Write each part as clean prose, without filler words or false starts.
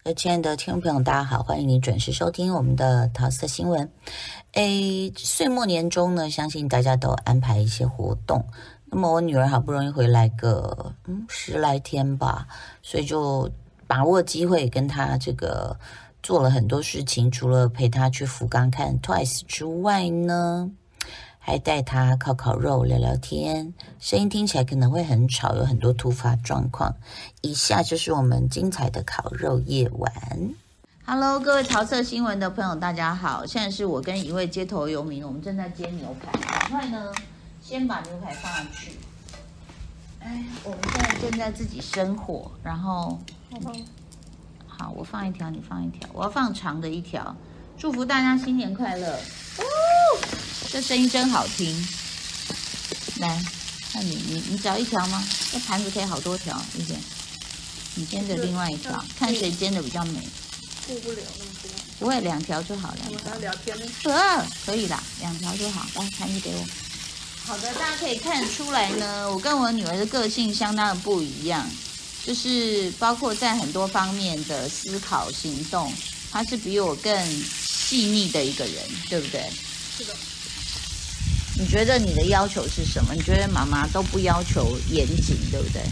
亲爱的听众朋友，大家好，欢迎你准时收听我们的桃色新闻。岁末年终呢，相信大家都安排一些活动。那么我女儿好不容易回来个10来天吧，所以就把握机会跟她做了很多事情。除了陪她去福冈看 Twice 之外呢，还带她烤肉聊聊天，声音听起来可能会很吵，有很多突发状况。以下就是我们精彩的烤肉夜晚。Hello， 各位桃色新闻的朋友，大家好！现在是我跟一位街头游民，我们正在煎牛排。很快呢，先把牛排放上去。我们现在正在自己生火，然后好，我放一条，你放一条，我要放长的一条。祝福大家新年快乐！这声音真好听。来，那你找一条吗？这盘子可以好多条，一点。你煎的另外一条，看谁煎的比较美。 顾不了那么多。 不会，2条就好，2条。 我们还要聊天呢。 可以啦，2条就好。来，盘子给我。好的，大家可以看出来呢，我跟我女儿的个性相当的不一样，就是包括在很多方面的思考行动，她是比我更细腻的一个人，对不对？ 是的。 你觉得你的要求是什么？你觉得妈妈都不要求严谨，对不对？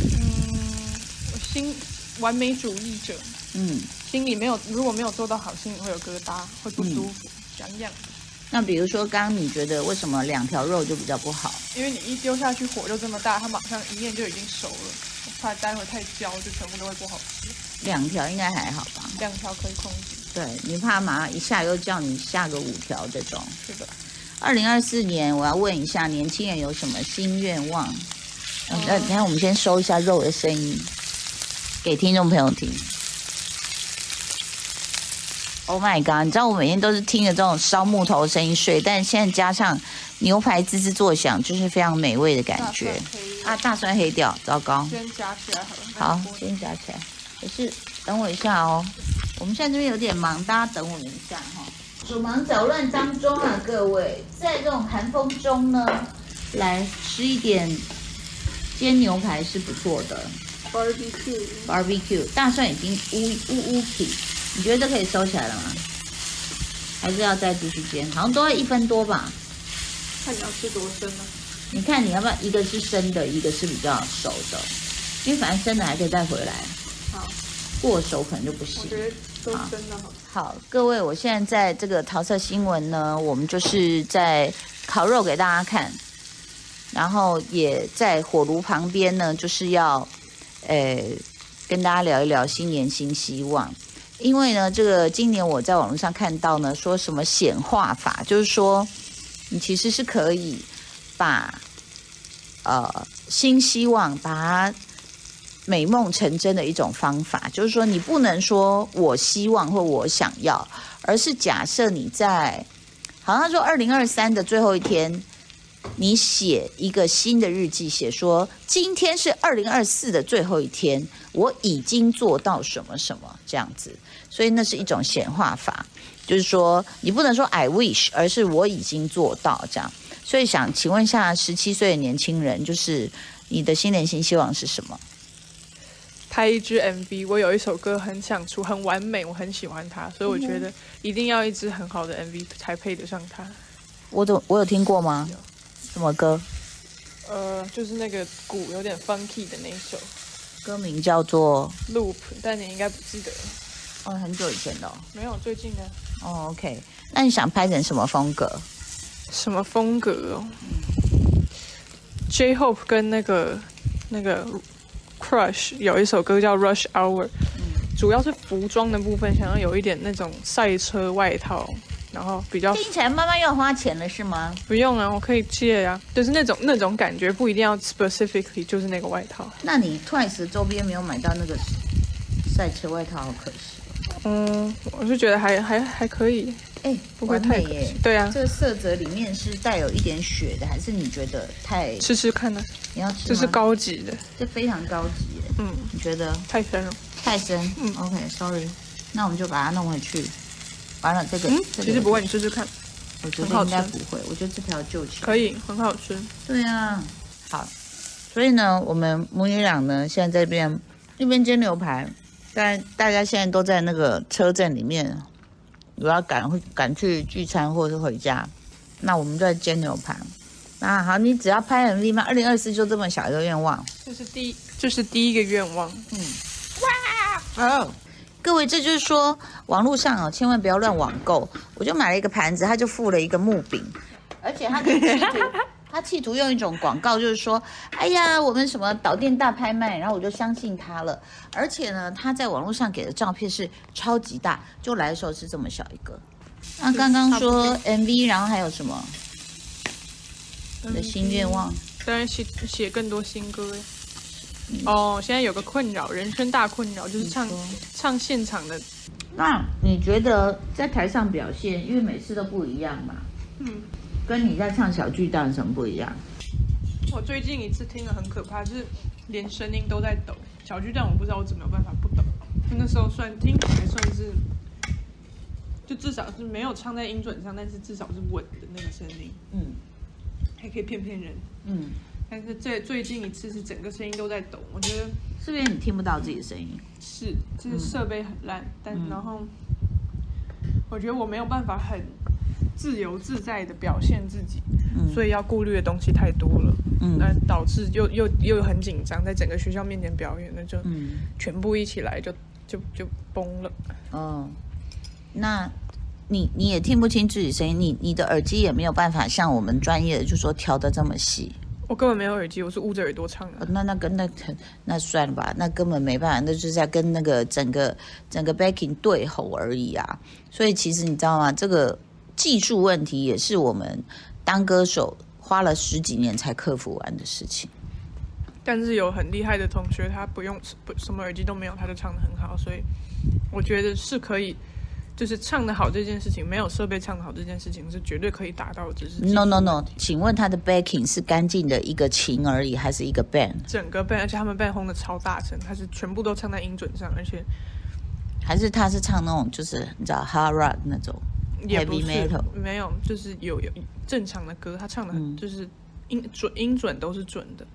我完美主义者。心里如果没有做到好，心里会有疙瘩，会不舒服，痒痒。 那比如说，刚刚你觉得为什么2条肉就比较不好？ 因为你一丢下去火就这么大，它马上一面就已经熟了，我怕待会太焦就全部都会不好吃。 2条应该还好吧 ？2条可以控制。 对，你怕妈一下又叫你下个5条这种。 是的。 2024年，我要问一下年轻人有什么新愿望？等下我们先收一下肉的声音，给听众朋友听。Oh my god！ 你知道我每天都是听着这种烧木头的声音睡，但现在加上牛排滋滋作响，就是非常美味的感觉。大蒜黑掉，糟糕。 先夹起来好了。 好，先夹起来。可是等我一下哦，我们现在这边有点忙，大家等我们一下哈。手忙脚乱当中啊，各位，在这种寒风中呢，来吃一点煎牛排是不错的。Barbecue， 大蒜已经乌起。你觉得可以收起来了吗？还是要再继续煎？好像都要1分多吧。 看你要吃多深呢？ 你看你要不要一个是生的，一个是比较熟的？因为反正生的还可以再回来。 好。 过熟可能就不行。 我觉得都生的好。 好，各位，我现在在这个桃色新闻呢，我们就是在烤肉给大家看，然后也在火炉旁边呢，就是要跟大家聊一聊新年新希望。因为呢，今年我在网络上看到呢，说什么显化法，就是说你其实是可以把新希望把它美梦成真的一种方法。就是说你不能说我希望或我想要，而是假设你在好像说2023的最后一天，你写一个新的日记，写说今天是2024的最后一天，我已经做到什么什么这样子。所以那是一种显化法，就是说你不能说 I wish， 而是我已经做到这样。所以想请问一下17岁的年轻人，就是你的新年新希望是什么？ 拍一支 MV， 我有一首歌很想出，很完美，我很喜欢它，所以我觉得一定要一支很好的 MV 才配得上它。 我有听过吗？什么歌？ 就是那个鼓有点 funky 的那一首， 歌名叫做 Loop， 但你应该不记得了。 很久以前的。 没有，最近的。 OK， 那你想拍成什么风格？ 什么风格哦？J-Hope 跟那个 Crush 有一首歌叫 Rush Hour，主要是服装的部分，想要有一点那种赛车外套，然后比较听起来慢慢要花钱了是吗？ 不用啊，我可以借啊，就是那种感觉，不一定要 specifically 就是那个外套。 那你 Twice 的周边没有买到那个赛车外套，好可惜。 我是觉得还可以。不会太可惜。对啊， 这个色泽里面是带有一点血的，还是你觉得太？ 吃吃看呢。 你要吃吗？ 这是高级的， 这非常高级耶。你觉得？ 太深了。 太深。OK，sorry，那我们就把它弄回去。完了，这个其实不会，你试试看。 我觉得应该不会，我觉得这条就可以，很好吃。 对啊，好。所以呢，我们母女俩呢，现在在这边一边煎牛排， 但大家现在都在那个车站里面，有要赶去聚餐或者是回家，那我们就在煎牛排。那好，你只要拍 MV 吗？2024就这么小一个愿望？ 这是第一个愿望。 哇，各位，这就是说网络上千万不要乱网购。我就买了一个盘子，他就附了一个木饼，而且他企图用一种广告，就是说，哎呀，我们什么导电大拍卖，然后我就相信他了。而且呢，他在网络上给的照片是超级大，就来的时候是这么小一个。那刚刚说 MV， 然后还有什么的新愿望？ 当然写更多新歌。现在有个困扰，人生大困扰就是唱现场的。 那你觉得在台上表现，因为每次都不一样嘛？跟你在唱小巨蛋有什么不一样？ 我最近一次听了很可怕，就是连声音都在抖。小巨蛋我不知道我怎么有办法不抖，那时候听起来算是，就至少是没有唱在音准上，但是至少是稳的那个声音。还可以骗人。但是最近一次是整个声音都在抖，我觉得是不是你听不到自己的声音？ 是，就是设备很烂，然后我觉得我没有办法很自由自在的表现自己，所以要顾虑的东西太多了，那导致又很紧张，在整个学校面前表演，那就全部一起来就崩了。 那你也听不清自己声音，你的耳机也没有办法像我们专业的就说调得这么细。 我根本没有耳机，我是捂着耳朵唱的。 那算了吧，那根本没办法，那就是在跟那个整个 backing 对吼而已啊。所以其实你知道吗？这个技术问题也是我们当歌手花了10几年才克服完的事情。 但是有很厉害的同学，他什么耳机都没有，他就唱得很好，所以我觉得是可以。就是唱得好这件事情，没有设备唱得好这件事情是绝对可以达到的，只是 No， 请问他的 backing 是干净的一个琴而已，还是一个 band？ 整个 band， 而且他们 band 轰的超大声，他是全部都唱在音准上，而且还是他是唱那种就是你知道 hard rock 那种 heavy metal？ 没有，就是有正常的歌，他唱的就是音准都是准的。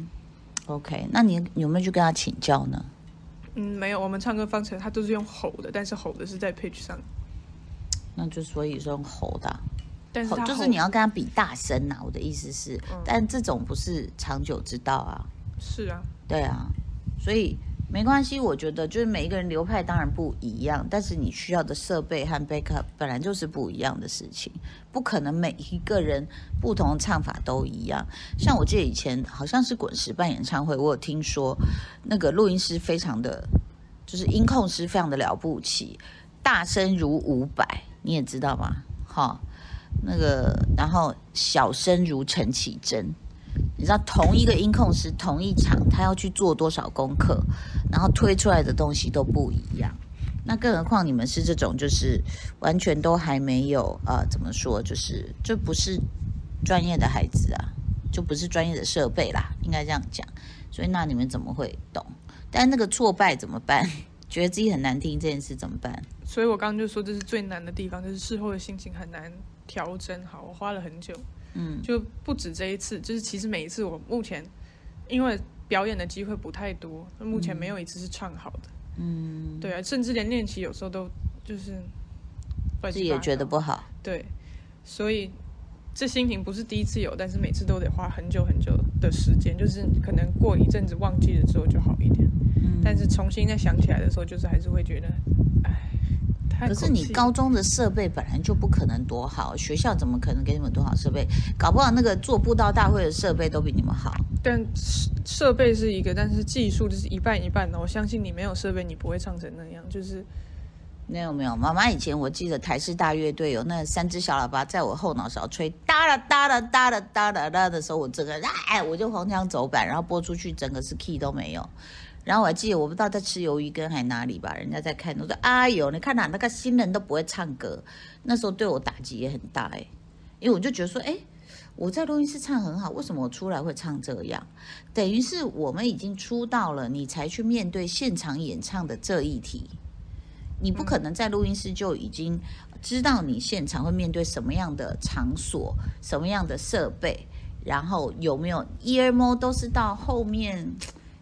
OK， 那你有没有去跟他请教呢？ 没有，我们唱歌方式他都是用吼的，但是吼的是在 pitch 上， 那就所以是用吼的， 但是就是你要跟他比大声啊，我的意思是，但这种不是长久之道啊。 是啊， 对啊，所以没关系，我觉得就是每一个人流派当然不一样，但是你需要的设备和 backup 本来就是不一样的事情，不可能每一个人不同的唱法都一样。像我记得以前好像是滚石办演唱会，我有听说那个录音师非常的，就是音控师非常的了不起，大声如500，你也知道吗？那个然后小声如陈绮贞。你知道同一个音控师同一场他要去做多少功课，然后推出来的东西都不一样。那更何况你们是这种就是完全都还没有怎么说，就不是专业的孩子啊，就不是专业的设备啦，应该这样讲。所以那你们怎么会懂？但那个挫败怎么办？觉得自己很难听这件事怎么办？ 所以我刚刚就说这是最难的地方，就是事后的心情很难调整好，我花了很久。就不止这一次，就是其实每一次我目前因为表演的机会不太多，目前没有一次是唱好的。对啊，甚至连练习有时候都就是自己也觉得不好。 对，所以这心情不是第一次有，但是每次都得花很久很久的时间，就是可能过一阵子忘记了之后就好一点。但是重新再想起来的时候，就是还是会觉得， 可是你高中的设备本来就不可能多好，学校怎么可能给你们多好设备？搞不好那个做布道大会的设备都比你们好。 但设备是一个，但是技术就是一半一半的。我相信你没有设备，你不会唱成那样。就是没有，妈妈以前我记得台式大乐队有那3只小喇叭在我后脑勺吹哒啦哒啦哒啦哒啦哒的时候，我整个我就黄腔走板，然后播出去整个是 key 都没有。然后我还记得我不知道在吃鱿鱼羹还哪里吧，人家在看，我说哎呦，你看那个新人都不会唱歌，那时候对我打击也很大因为我就觉得说我在录音室唱很好，为什么我出来会唱这样？等于是我们已经出道了，你才去面对现场演唱的这一题，你不可能在录音室就已经知道你现场会面对什么样的场所、什么样的设备，然后有没有 ear mo 都是到后面。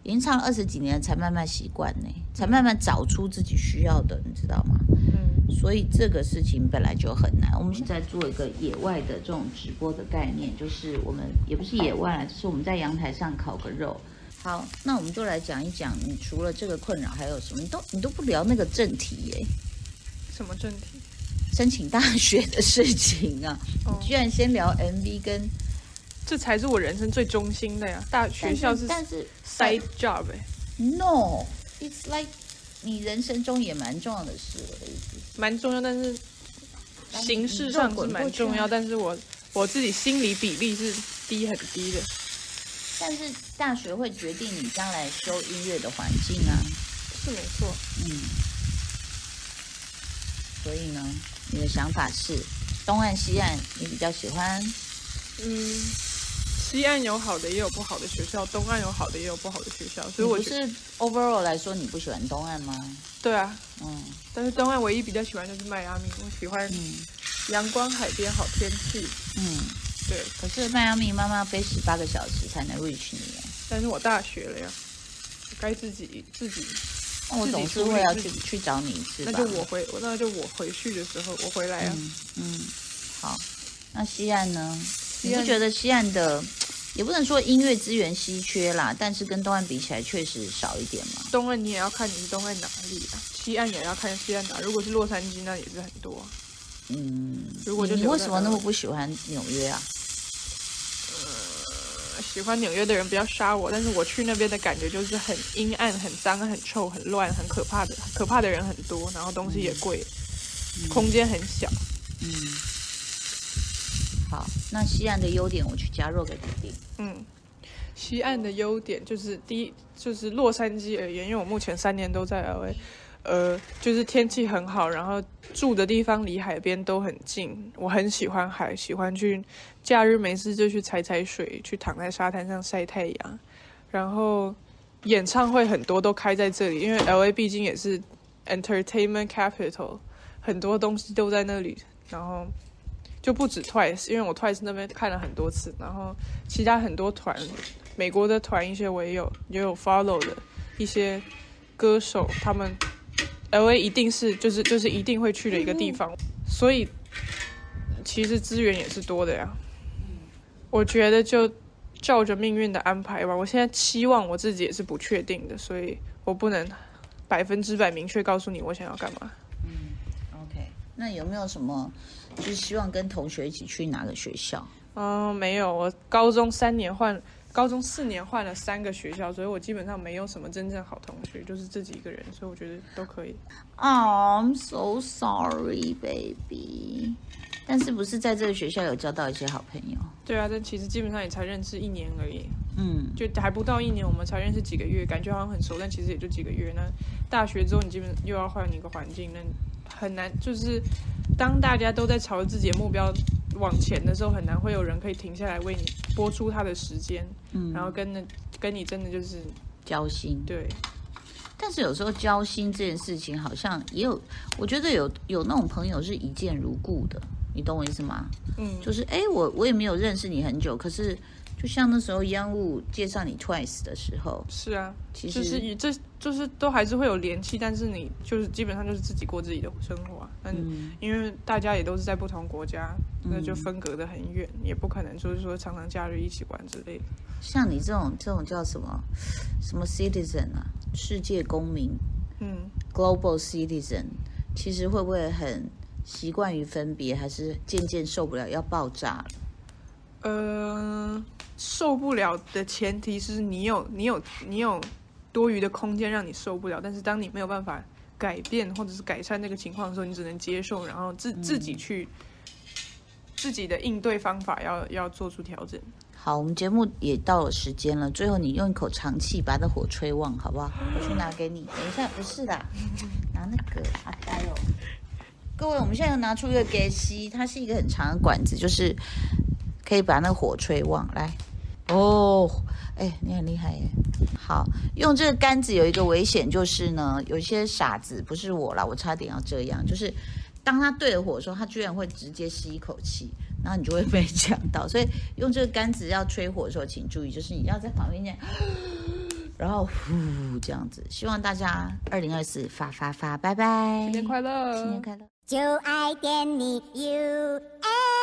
已经唱了20几年才慢慢习惯呢，才慢慢找出自己需要的，你知道吗？所以这个事情本来就很难。我们现在做一个野外的这种直播的概念，就是我们也不是野外啦，就是我们在阳台上烤个肉。好，那我们就来讲一讲，你除了这个困扰还有什么？你都不聊那个正题耶？ 什么正题？ 申请大学的事情啊！你居然先聊 MV 跟， 这才是我人生最中心的呀！大学校但是 side job No, it's like 你人生中也蛮重要的事，我的意思。 蛮重要，但是形式上是蛮重要，但是我自己心理比例是很低的。 但是大学会决定你将来修音乐的环境啊， 是没错。 所以呢，你的想法是东岸西岸你比较喜欢？ 西岸有好的也有不好的学校，东岸有好的也有不好的学校，所以我不是 overall 来说你不喜欢东岸吗？ 对啊，但是东岸唯一比较喜欢就是迈阿密，我喜欢阳光、海边、好天气。对。 可是迈阿密妈妈飞18个小时才能 reach 你耶。 但是我大学了呀，该自己。 我总是会要去找你一次吧。 那就我回去的时候，我回来啊。 好，那西岸呢？你不觉得西岸的也不能说音乐资源稀缺啦，但是跟东岸比起来确实少一点嘛。 东岸你也要看你是东岸哪里啊，西岸也要看西岸哪。如果是洛杉矶，那也是很多。如果你为什么那么不喜欢纽约啊？ 喜欢纽约的人不要杀我，但是我去那边的感觉就是很阴暗、很脏、很臭、很乱、很可怕的人很多，然后东西也贵，空间很小。 好，那西岸的优点我去加入个决定。 西岸的优点就是第一，就是洛杉矶而言，因为我目前3年都在 LA，就是天气很好，然后住的地方离海边都很近，我很喜欢海，喜欢去假日没事就去踩水，去躺在沙滩上晒太阳，然后演唱会很多都开在这里，因为 LA 毕竟也是 entertainment capital， 很多东西都在那里，然后就不止 Twice， 因为我 Twice 那边看了很多次，然后其他很多团，美国的团一些我也有 follow 的一些歌手，他们 LA 一定是就是一定会去的一个地方，所以其实资源也是多的呀。我觉得就照着命运的安排吧。我现在期望我自己也是不确定的，所以我不能100%明确告诉你我想要干嘛。 OK， 那有没有什么就是希望跟同学一起去哪个学校？ 没有，我高中4年换了3个学校，所以我基本上没有什么真正好同学，就是自己一个人，所以我觉得都可以。 I'm so sorry, baby。但是不是在这个学校有交到一些好朋友？ 对啊，但其实基本上也才认识1年而已。就还不到1年，我们才认识几个月，感觉好像很熟，但其实也就几个月。那大学之后，你基本又要换一个环境，那很难。就是当大家都在朝着自己的目标往前的时候，很难会有人可以停下来为你播出他的时间，然后跟你真的就是交心。 对。 但是有时候交心这件事情，好像也有，我觉得有那种朋友是一见如故的，你懂我意思吗？就是我也没有认识你很久，可是就像那时候央雾介绍你 Twice 的时候， 是啊， 其实就是都还是会有联系，但是你就是基本上就是自己过自己的生活啊。因为大家也都是在不同国家，那就分隔得很远，也不可能就是说常常假日一起玩之类的。 像你这种叫什么 citizen 啊，世界公民，global citizen， 其实会不会很习惯于分别，还是渐渐受不了要爆炸了？ 受不了的前提是你有多余的空间让你受不了，但是当你没有办法改变或者是改善这个情况的时候，你只能接受，然后自己去自己的应对方法要做出调整。 好，我们节目也到了时间了，最后你用一口长气把那火吹旺，好不好？我去拿给你。等一下，不是啦，拿那个阿呆哦。各位，我们现在又拿出一个给西，它是一个很长的管子，就是可以把那个火吹旺。来，你很厉害耶。好，用这个杆子有一个危险，就是呢，有些傻子，不是我啦，我差点要这样，就是当他对着火的时候，他居然会直接吸一口气，然后你就会被呛到。所以用这个杆子要吹火的时候，请注意，就是你要在旁边这样然后呼这样子。希望大家2024发，拜拜！ 新年快乐！ 新年快乐！ 就爱点你 UFO。